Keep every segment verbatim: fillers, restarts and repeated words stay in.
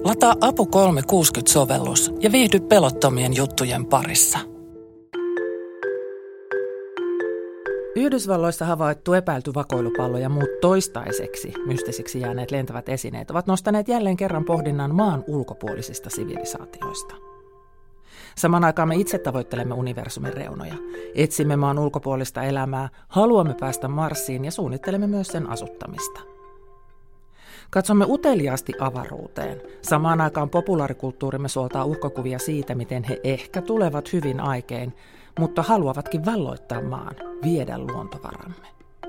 Lataa Apu kolmesataakuusikymmentä-sovellus ja viihdy pelottomien juttujen parissa. Yhdysvalloissa havaittu epäilty vakoilupallo ja muut toistaiseksi mystisiksi jääneet lentävät esineet ovat nostaneet jälleen kerran pohdinnan maan ulkopuolisista sivilisaatioista. Samaan aikaan me itse tavoittelemme universumin reunoja, etsimme maan ulkopuolista elämää, haluamme päästä Marsiin ja suunnittelemme myös sen asuttamista. Katsomme uteliaasti avaruuteen. Samaan aikaan populaarikulttuurimme suoltaa uhkakuvia siitä, miten he ehkä tulevat hyvin aikein, mutta haluavatkin valloittaa maan, viedä luontovaramme.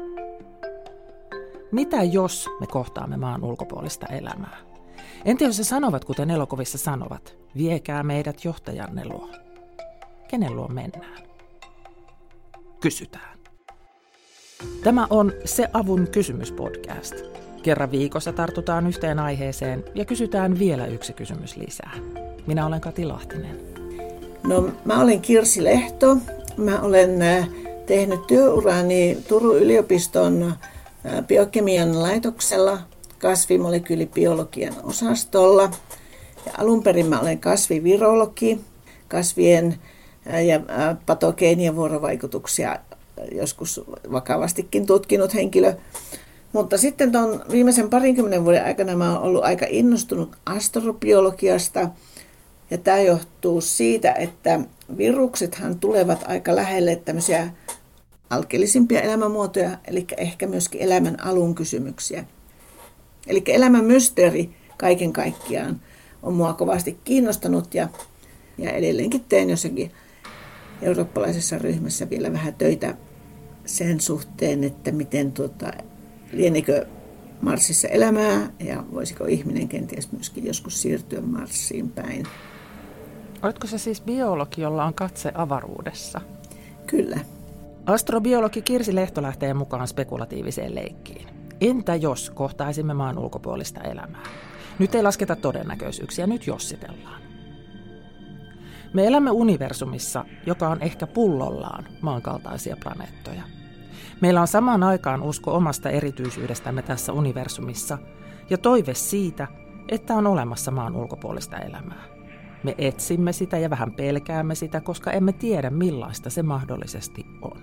Mitä jos me kohtaamme maan ulkopuolista elämää? Entä jos he sanovat, kuten elokuvissa sanovat, viekää meidät johtajanne luo? Kenen luo mennään? Kysytään. Tämä on Se avun kysymys-podcast. Kerran viikossa tartutaan yhteen aiheeseen ja kysytään vielä yksi kysymys lisää. Minä olen Kati Lahtinen. No, mä olen Kirsi Lehto. Mä olen tehnyt työurani Turun yliopiston biokemian laitoksella kasvimolekyylibiologian osastolla. Ja alun perin mä olen kasvivirologi, kasvien ja patogeenien vuorovaikutuksia joskus vakavastikin tutkinut henkilö. Mutta sitten tuon viimeisen parinkymmenen vuoden aikana mä oon ollut aika innostunut astrobiologiasta. Ja tämä johtuu siitä, että viruksethan tulevat aika lähelle tämmöisiä alkeellisimpia elämänmuotoja, eli ehkä myöskin elämän alun kysymyksiä. Eli elämän mysteeri kaiken kaikkiaan on mua kovasti kiinnostanut ja, ja edelleenkin teen jossakin eurooppalaisessa ryhmässä vielä vähän töitä sen suhteen, että miten tuota, lienikö Marsissa elämää ja voisiko ihminen kenties myöskin joskus siirtyä Marsiin päin. Oletko se siis biologi, jolla on katse avaruudessa? Kyllä. Astrobiologi Kirsi Lehto lähtee mukaan spekulatiiviseen leikkiin. Entä jos kohtaisimme maan ulkopuolista elämää? Nyt ei lasketa todennäköisyyksiä, nyt jossitellaan. Me elämme universumissa, joka on ehkä pullollaan maan kaltaisia planeettoja. Meillä on samaan aikaan usko omasta erityisyydestämme tässä universumissa ja toive siitä, että on olemassa maan ulkopuolista elämää. Me etsimme sitä ja vähän pelkäämme sitä, koska emme tiedä millaista se mahdollisesti on.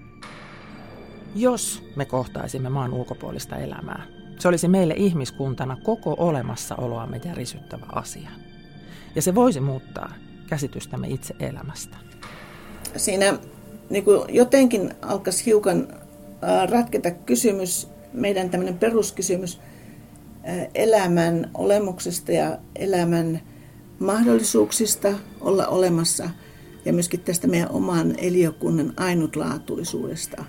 Jos me kohtaisimme maan ulkopuolista elämää, se olisi meille ihmiskuntana koko olemassaoloamme järisyttävä asia. Ja se voisi muuttaa käsitystämme itse elämästä. Siinä niin kuin jotenkin alkaisi hiukan ratketa kysymys, meidän tämmöinen peruskysymys elämän olemuksesta ja elämän mahdollisuuksista olla olemassa ja myöskin tästä meidän oman eliökunnan ainutlaatuisuudesta.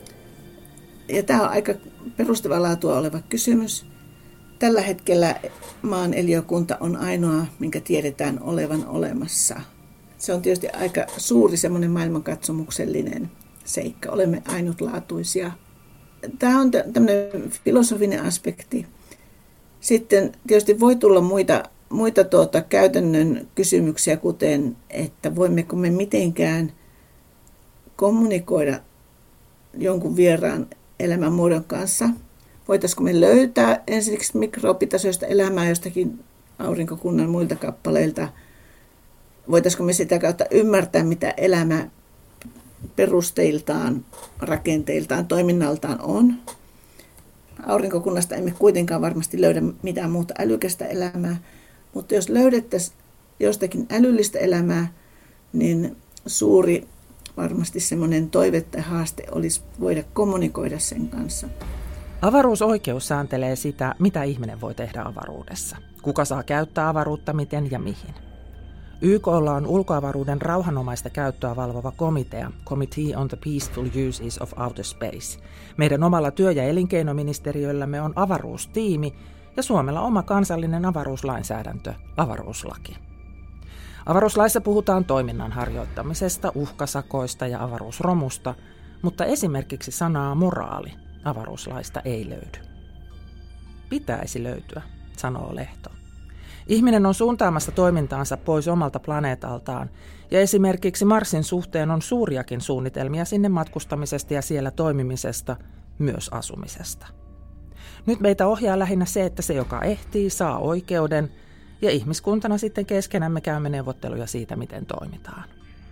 Ja tämä on aika perustavaa laatua oleva kysymys. Tällä hetkellä maan eliökunta on ainoa, minkä tiedetään olevan olemassa. Se on tietysti aika suuri semmoinen maailmankatsomuksellinen seikka. Olemme ainutlaatuisia. Tämä on tämmöinen filosofinen aspekti. Sitten tietysti voi tulla muita, muita tuota, käytännön kysymyksiä, kuten, että voimmeko me mitenkään kommunikoida jonkun vieraan elämänmuodon kanssa. Voitaisiko me löytää ensinnäkin mikrobitasoista elämää jostakin aurinkokunnan muilta kappaleilta. Voitaisiko me sitä kautta ymmärtää, mitä elämä perusteiltaan, rakenteiltaan, toiminnaltaan on. Aurinkokunnasta emme kuitenkaan varmasti löydä mitään muuta älykästä elämää, mutta jos löydettäisiin jostakin älyllistä elämää, niin suuri varmasti semmoinen toive tai haaste olisi voida kommunikoida sen kanssa. Avaruusoikeus sääntelee sitä, mitä ihminen voi tehdä avaruudessa. Kuka saa käyttää avaruutta, miten ja mihin. Y K:lla on ulkoavaruuden rauhanomaista käyttöä valvova komitea, Committee on the Peaceful Uses of Outer Space. Meidän omalla työ- ja elinkeinoministeriöllämme on avaruustiimi ja Suomella oma kansallinen avaruuslainsäädäntö, avaruuslaki. Avaruuslaissa puhutaan toiminnan harjoittamisesta, uhkasakoista ja avaruusromusta, mutta esimerkiksi sanaa moraali avaruuslaista ei löydy. Pitäisi löytyä, sanoo Lehto. Ihminen on suuntaamassa toimintaansa pois omalta planeetaltaan, ja esimerkiksi Marsin suhteen on suuriakin suunnitelmia sinne matkustamisesta ja siellä toimimisesta, myös asumisesta. Nyt meitä ohjaa lähinnä se, että se, joka ehtii, saa oikeuden, Ja ihmiskuntana sitten keskenämme käymme neuvotteluja siitä, miten toimitaan.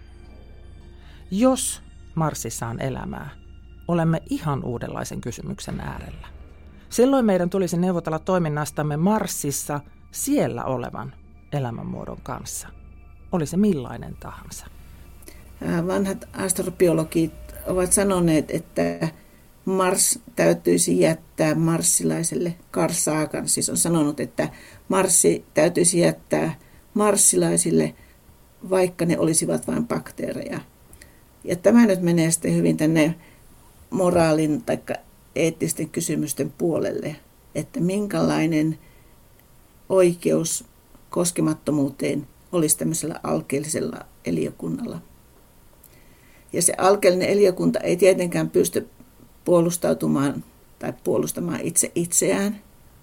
Jos Marsissa on elämää, olemme ihan uudenlaisen kysymyksen äärellä. Silloin meidän tulisi neuvotella toiminnastamme Marsissa siellä olevan elämänmuodon kanssa. Oli se millainen tahansa. Vanhat astrobiologit ovat sanoneet, että Mars täytyisi jättää marssilaiselle. Carl Sagan siis on sanonut, että Marssi täytyisi jättää marssilaisille, vaikka ne olisivat vain bakteereja. Ja tämä nyt menee sitten hyvin tänne moraalin tai eettisten kysymysten puolelle, että minkälainen oikeus koskemattomuuteen olisi tämmöisellä alkeellisella eliökunnalla. Ja se alkeellinen eliökunta ei tietenkään pysty puolustautumaan tai puolustamaan itse itseään,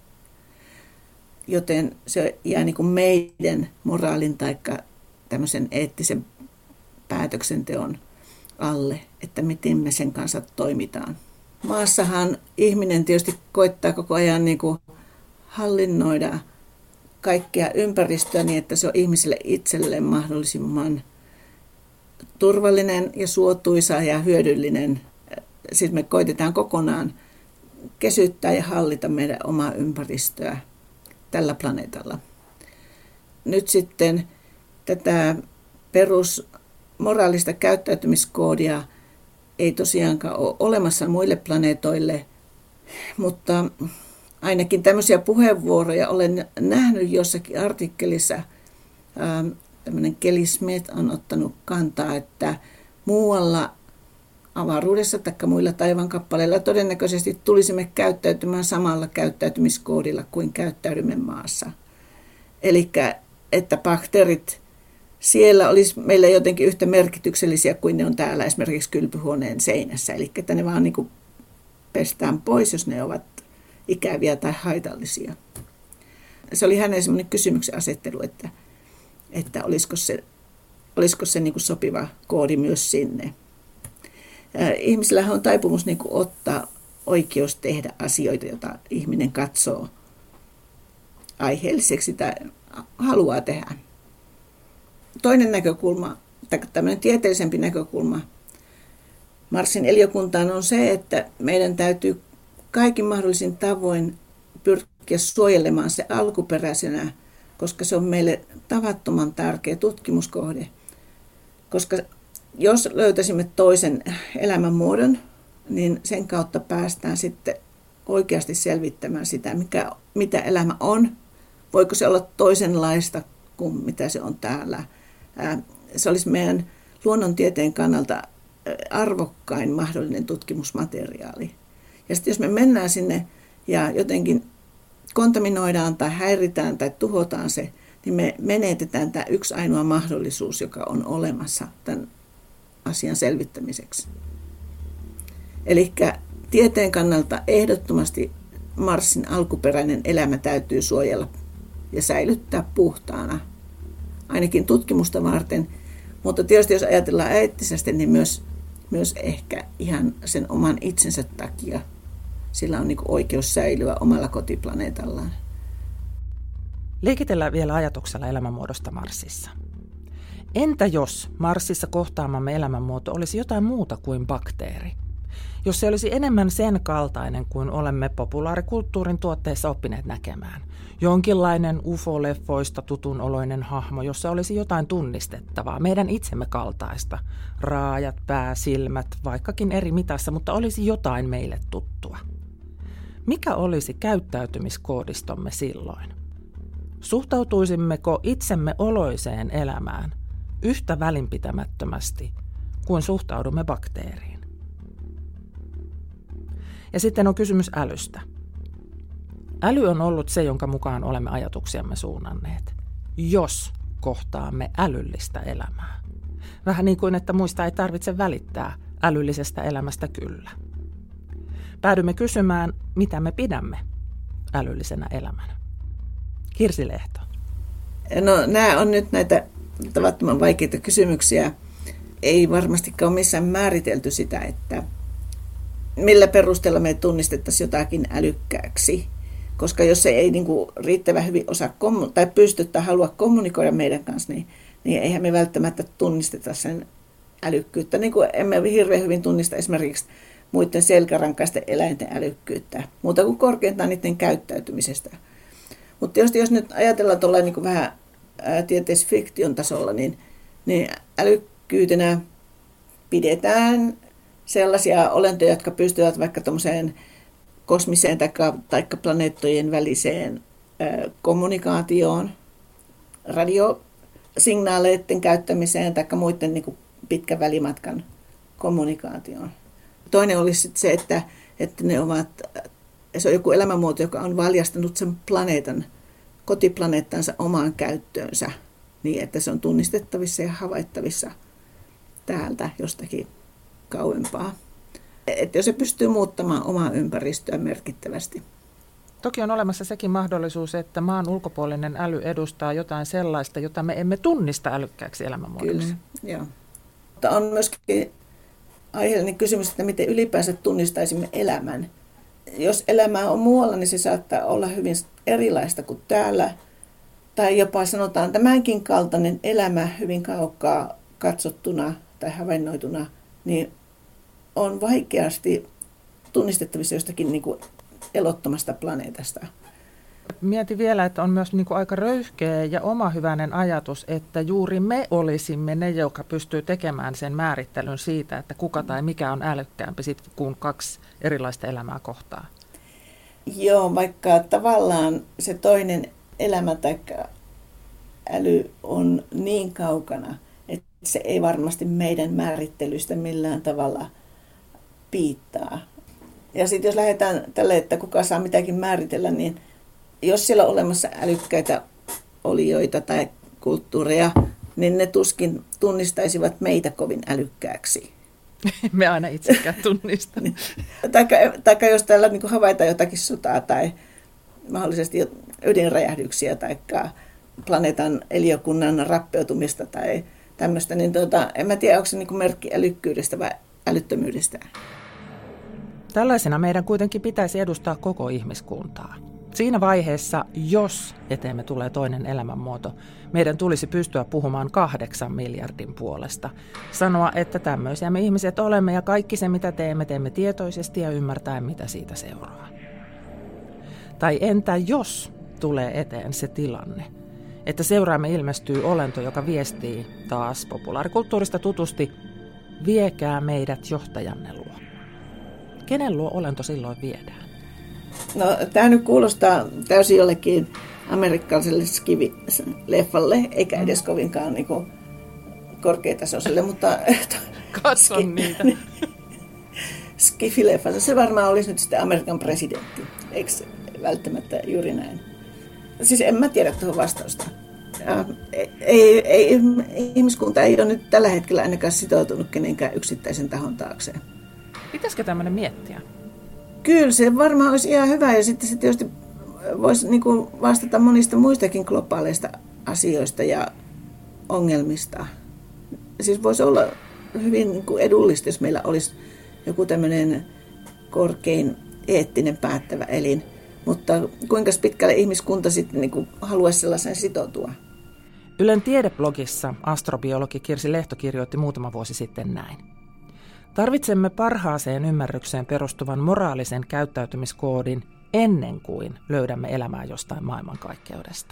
joten se jää niin kuin meidän moraalin tai tämmöisen eettisen päätöksenteon alle, että miten me sen kanssa toimitaan. Maassahan ihminen tietysti koittaa koko ajan niin kuin hallinnoida kaikkea ympäristöä niin, että se on ihmiselle itselleen mahdollisimman turvallinen ja suotuisa ja hyödyllinen. Siis me koitetaan kokonaan kesyttää ja hallita meidän omaa ympäristöä tällä planeetalla. Nyt sitten tätä perusmoraalista käyttäytymiskoodia ei tosiaankaan ole olemassa muille planeetoille, mutta ainakin tämmöisiä puheenvuoroja olen nähnyt jossakin artikkelissa. Tämmöinen Kelly Smith on ottanut kantaa, että muualla avaruudessa tai muilla taivaankappaleilla todennäköisesti tulisimme käyttäytymään samalla käyttäytymiskoodilla kuin käyttäydymme maassa. Eli että bakteerit siellä olisi meille jotenkin yhtä merkityksellisiä kuin ne on täällä esimerkiksi kylpyhuoneen seinässä. Eli että ne vaan niin kuin pestään pois, jos ne ovat ikäviä tai haitallisia. Se oli hänen semmoinen kysymyksen asettelu, että, että olisiko se, olisiko se niin kuin sopiva koodi myös sinne. Ihmisillähän on taipumus niin kuin ottaa oikeus tehdä asioita, joita ihminen katsoo aiheelliseksi tai haluaa tehdä. Toinen näkökulma, tai tämmöinen tieteellisempi näkökulma Marsin eliökuntaan on se, että meidän täytyy kaikin mahdollisin tavoin pyrkiä suojelemaan se alkuperäisenä, koska se on meille tavattoman tärkeä tutkimuskohde. Koska jos löytäisimme toisen elämänmuodon, niin sen kautta päästään sitten oikeasti selvittämään sitä, mikä, mitä elämä on. Voiko se olla toisenlaista kuin mitä se on täällä. Se olisi meidän luonnontieteen kannalta arvokkain mahdollinen tutkimusmateriaali. Ja sitten jos me mennään sinne ja jotenkin kontaminoidaan tai häiritään tai tuhotaan se, niin me menetetään tämä yksi ainoa mahdollisuus, joka on olemassa tämän asian selvittämiseksi. Eli tieteen kannalta ehdottomasti Marsin alkuperäinen elämä täytyy suojella ja säilyttää puhtaana, ainakin tutkimusta varten. Mutta tietysti jos ajatellaan eettisesti, niin myös, myös ehkä ihan sen oman itsensä takia sillä on niin kuin oikeus säilyä omalla kotiplaneetallaan. Liikitellään vielä ajatuksella elämänmuodosta Marsissa. Entä jos Marsissa kohtaamamme elämänmuoto olisi jotain muuta kuin bakteeri? Jos se olisi enemmän sen kaltainen kuin olemme populaarikulttuurin tuotteissa oppineet näkemään. Jonkinlainen U F O-leffoista tutun oloinen hahmo, jossa olisi jotain tunnistettavaa, meidän itsemme kaltaista. Raajat, pää, silmät, vaikkakin eri mitassa, mutta olisi jotain meille tuttua. Mikä olisi käyttäytymiskoodistomme silloin? Suhtautuisimmeko itsemme oloiseen elämään yhtä välinpitämättömästi kuin suhtaudumme bakteeriin? Ja sitten on kysymys älystä. Äly on ollut se, jonka mukaan olemme ajatuksiamme suunnanneet, jos kohtaamme älyllistä elämää. Vähän niin kuin, että muista ei tarvitse välittää älyllisestä elämästä kyllä. Päädymme kysymään, mitä me pidämme älyllisenä elämänä. Kirsi Lehto. No, nämä on nyt näitä tavattoman vaikeita kysymyksiä. Ei varmastikaan ole missään määritelty sitä, että millä perusteella me tunnistettaisiin jotakin älykkääksi. Koska jos se ei niin kuin riittävän hyvin osaa kommu- tai pysty tai halua kommunikoida meidän kanssa, niin, niin eihän me välttämättä tunnisteta sen älykkyyttä. Niin kuin emme hirveän hyvin tunnista esimerkiksi muiden selkärankaisten eläinten älykkyyttä, muuta kuin korkeintaan niiden käyttäytymisestä. Mutta tietysti jos nyt ajatellaan tuolla niin kuin vähän tieteisfiktion tasolla, niin, niin älykkyytenä pidetään sellaisia olentoja, jotka pystyvät vaikka tuommoiseen kosmiseen tai planeettojen väliseen ö, kommunikaatioon, radiosignaaleiden käyttämiseen tai muiden niin kuin pitkän välimatkan kommunikaatioon. Toinen olisi sitten se, että, että ne ovat, se on joku elämänmuoto, joka on valjastanut sen planeetan, kotiplaneettansa omaan käyttöönsä niin, että se on tunnistettavissa ja havaittavissa täältä jostakin kauempaa. Että jos se pystyy muuttamaan omaa ympäristöä merkittävästi. Toki on olemassa sekin mahdollisuus, että maan ulkopuolinen äly edustaa jotain sellaista, jota me emme tunnista älykkääksi elämänmuodoksi. Kyllä, joo. Mutta on myöskin aiheellinen kysymys, että miten ylipäänsä tunnistaisimme elämän. Jos elämää on muualla, niin se saattaa olla hyvin erilaista kuin täällä. Tai jopa sanotaan tämänkin kaltainen elämä hyvin kaukaa katsottuna tai havainnoituna, niin on vaikeasti tunnistettavissa jostakin niin kuin elottomasta planeetasta. Mietin vielä, että on myös niin kuin aika röyhkeä ja omahyväinen ajatus, että juuri me olisimme ne, joka pystyy tekemään sen määrittelyn siitä, että kuka tai mikä on älykkäämpi sit, kun kaksi erilaista elämää kohtaa. Joo, vaikka tavallaan se toinen elämä tai äly on niin kaukana, että se ei varmasti meidän määrittelystä millään tavalla piittaa. Ja sitten jos lähdetään tälle, että kuka saa mitäkin määritellä, niin jos siellä on olemassa älykkäitä olijoita tai kulttuureja, niin ne tuskin tunnistaisivat meitä kovin älykkääksi. Me aina itsekään tunnista. Taikka, taikka jos täällä niin kuin havaitaan jotakin sotaa tai mahdollisesti ydinräjähdyksiä tai planeetan eliökunnan rappeutumista tai tämmöistä, niin tuota, en mä tiedä, onko se niin kuin merkki älykkyydestä vai älyttömyydestä. Tällaisena meidän kuitenkin pitäisi edustaa koko ihmiskuntaa. Siinä vaiheessa, jos eteemme tulee toinen elämänmuoto, meidän tulisi pystyä puhumaan kahdeksan miljardin puolesta. Sanoa, että tämmöisiä me ihmiset olemme ja kaikki se, mitä teemme, teemme tietoisesti ja ymmärtäen, mitä siitä seuraa. Tai entä jos tulee eteen se tilanne, että seuraamme ilmestyy olento, joka viestii taas populaarikulttuurista tutusti, viekää meidät johtajanne luo. Kenen luo olento silloin viedään? No, tämä nyt kuulostaa täysin jollekin amerikkalaiselle skivi-leffalle, eikä edes kovinkaan niin kuin korkeatasoiselle, mutta katso niitä. Skifi-leffa, se varmaan olisi nyt sitten Amerikan presidentti, eikö välttämättä juuri näin? Siis en mä tiedä tuohon vastausta. Ei, ei, ihmiskunta ei ole nyt tällä hetkellä ainakaan sitoutunut kenenkään yksittäisen tahon taakseen. Pitäisikö tämmöinen miettiä? Kyllä se varmaan olisi ihan hyvä ja sitten se tietysti voisi niin kuin vastata monista muistakin globaaleista asioista ja ongelmista. Siis voisi olla hyvin niin kuin edullista, jos meillä olisi joku tämmöinen korkein eettinen päättävä elin. Mutta kuinka pitkälle ihmiskunta sitten niin kuin haluaisi sellaisen sitoutua? Ylen tiedeblogissa astrobiologi Kirsi Lehto kirjoitti muutama vuosi sitten näin. Tarvitsemme parhaaseen ymmärrykseen perustuvan moraalisen käyttäytymiskoodin ennen kuin löydämme elämää jostain maailmankaikkeudesta.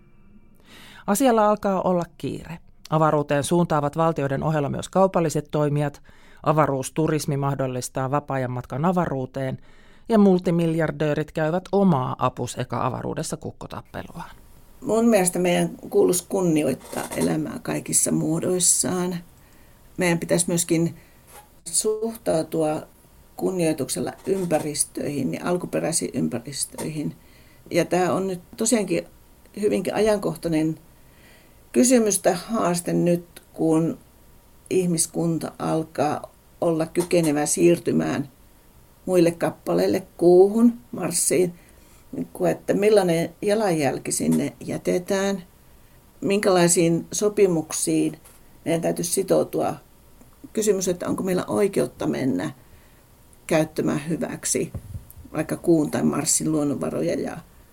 Asialla alkaa olla kiire. Avaruuteen suuntaavat valtioiden ohella myös kaupalliset toimijat, avaruusturismi mahdollistaa vapaa-ajan matkan avaruuteen ja multimiljardöörit käyvät omaa apus eka avaruudessa kukkotappeluaan. Mun mielestä meidän kuuluisi kunnioittaa elämää kaikissa muodoissaan. Meidän pitäisi myöskin suhtautua kunnioituksella ympäristöihin ja alkuperäisiin ympäristöihin. Ja tämä on nyt tosiaankin hyvinkin ajankohtainen kysymys tai haaste nyt, kun ihmiskunta alkaa olla kykenevä siirtymään muille kappaleille, kuuhun, Marsiin, että millainen jalanjälki sinne jätetään, minkälaisiin sopimuksiin meidän täytyisi sitoutua. Kysymys, että onko meillä oikeutta mennä käyttämään hyväksi vaikka kuun tai Marsin luonnonvaroja ja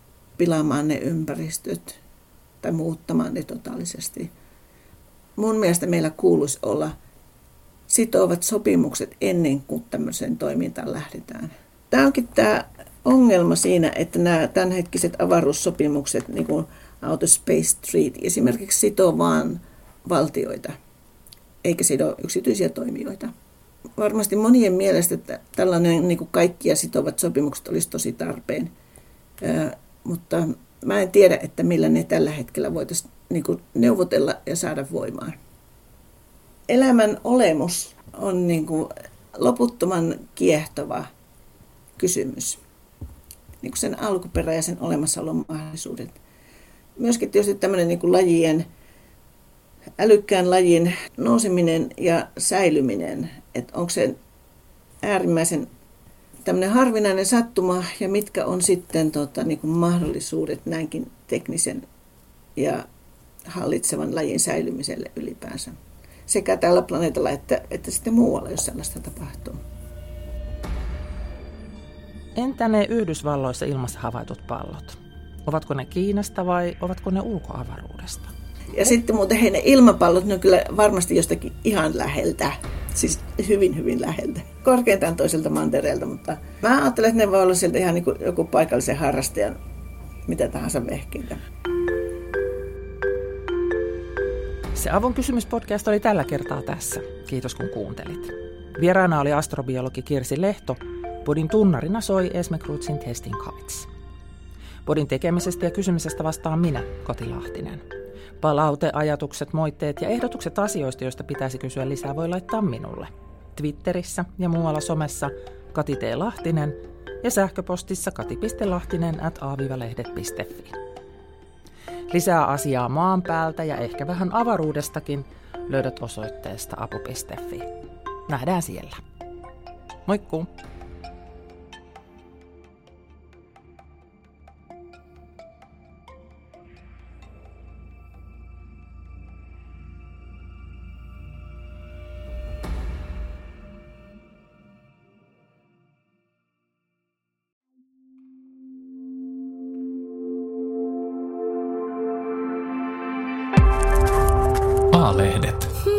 pilaamaan ne ympäristöt tai muuttamaan ne totaalisesti. Mun mielestä meillä kuuluisi olla sitovat sopimukset ennen kuin tämmöiseen toimintaan lähdetään. Tämä onkin tämä ongelma siinä, että nämä tämänhetkiset avaruussopimukset, niin kuin Outer Space Treaty, esimerkiksi sitoo vaan valtioita, eikä sido yksityisiä toimijoita. Varmasti monien mielestä että tällainen niin kuin kaikkia sitovat sopimukset olisi tosi tarpeen, Ää, mutta mä en tiedä, että millä ne tällä hetkellä voitaisiin niin kuin neuvotella ja saada voimaan. Elämän olemus on niin kuin loputtoman kiehtova kysymys, niin kuin sen alkuperä ja sen olemassaolon mahdollisuudet. Myöskin tietysti tämmöinen niin kuin lajien, älykkään lajin nouseminen ja säilyminen, että onko se äärimmäisen tämmöinen harvinainen sattuma ja mitkä on sitten tota, niin kuin mahdollisuudet näinkin teknisen ja hallitsevan lajin säilymiselle ylipäänsä. Sekä tällä planeetalla että, että sitten muualla, jos sellaista tapahtuu. Entä ne Yhdysvalloissa ilmassa havaitut pallot? Ovatko ne Kiinasta vai ovatko ne ulkoavaruudesta? Ja sitten muuten hei, ne ilmapallot, ne on kyllä varmasti jostakin ihan läheltä. Siis hyvin, hyvin läheltä. Korkeintaan toiselta mantereelta, mutta mä ajattelen, että ne voi olla sieltä ihan niin kuin joku paikallisen harrastajan mitä tahansa vehkeitä. Se Avun kysymys-podcast oli tällä kertaa tässä. Kiitos kun kuuntelit. Vieraana oli astrobiologi Kirsi Lehto. Podin tunnarina soi Esme Krutsin Testing Kites. Podin tekemisestä ja kysymisestä vastaan minä, Kati Lahtinen. Palaute, ajatukset, moitteet ja ehdotukset asioista, joista pitäisi kysyä lisää, voi laittaa minulle. Twitterissä ja muualla somessa Kati T. Lahtinen ja sähköpostissa kati piste lahtinen ät a lehdet piste fi. Lisää asiaa maan päältä ja ehkä vähän avaruudestakin löydät osoitteesta apu piste fi. Nähdään siellä. Moikkuu! A-lehdet.